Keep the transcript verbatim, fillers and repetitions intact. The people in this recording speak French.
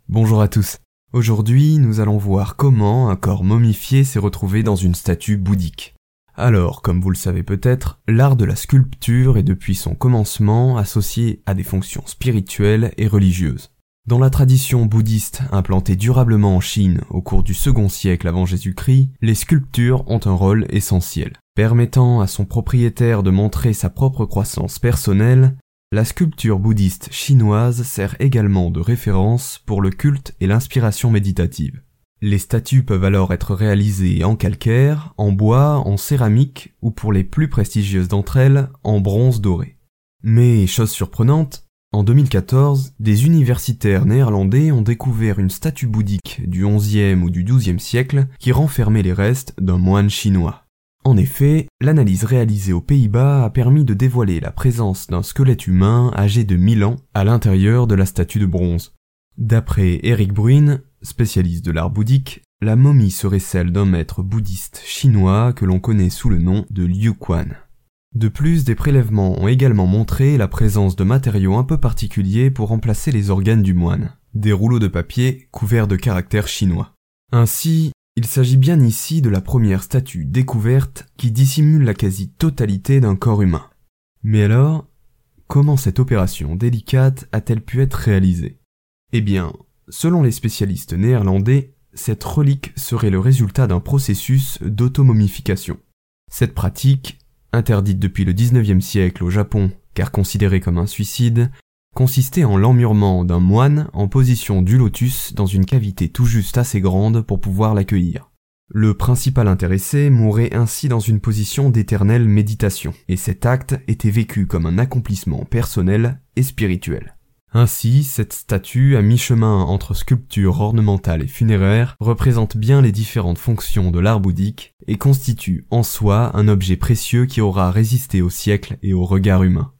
Bonjour à tous. Aujourd'hui, nous allons voir comment un corps momifié s'est retrouvé dans une statue bouddhique. Alors, comme vous le savez peut-être, l'art de la sculpture est depuis son commencement associé à des fonctions spirituelles et religieuses. Dans la tradition bouddhiste implantée durablement en Chine au cours du second siècle avant Jésus-Christ, les sculptures ont un rôle essentiel. Permettant à son propriétaire de montrer sa propre croissance personnelle, la sculpture bouddhiste chinoise sert également de référence pour le culte et l'inspiration méditative. Les statues peuvent alors être réalisées en calcaire, en bois, en céramique ou pour les plus prestigieuses d'entre elles, en bronze doré. Mais, chose surprenante, en deux mille quatorze, des universitaires néerlandais ont découvert une statue bouddhique du onzième ou du douzième siècle qui renfermait les restes d'un moine chinois. En effet, l'analyse réalisée aux Pays-Bas a permis de dévoiler la présence d'un squelette humain âgé de mille ans à l'intérieur de la statue de bronze. D'après Eric Bruyn, spécialiste de l'art bouddhique, la momie serait celle d'un maître bouddhiste chinois que l'on connaît sous le nom de Liu Quan. De plus, des prélèvements ont également montré la présence de matériaux un peu particuliers pour remplacer les organes du moine, des rouleaux de papier couverts de caractères chinois. Ainsi, il s'agit bien ici de la première statue découverte qui dissimule la quasi-totalité d'un corps humain. Mais alors, comment cette opération délicate a-t-elle pu être réalisée ? Eh bien, selon les spécialistes néerlandais, cette relique serait le résultat d'un processus d'automomification. Cette pratique, interdite depuis le dix-neuvième siècle au Japon car considérée comme un suicide, consistait en l'emmurement d'un moine en position du lotus dans une cavité tout juste assez grande pour pouvoir l'accueillir. Le principal intéressé mourait ainsi dans une position d'éternelle méditation, et cet acte était vécu comme un accomplissement personnel et spirituel. Ainsi, cette statue, à mi-chemin entre sculpture ornementale et funéraire, représente bien les différentes fonctions de l'art bouddhique et constitue en soi un objet précieux qui aura résisté au siècle et au regard humain.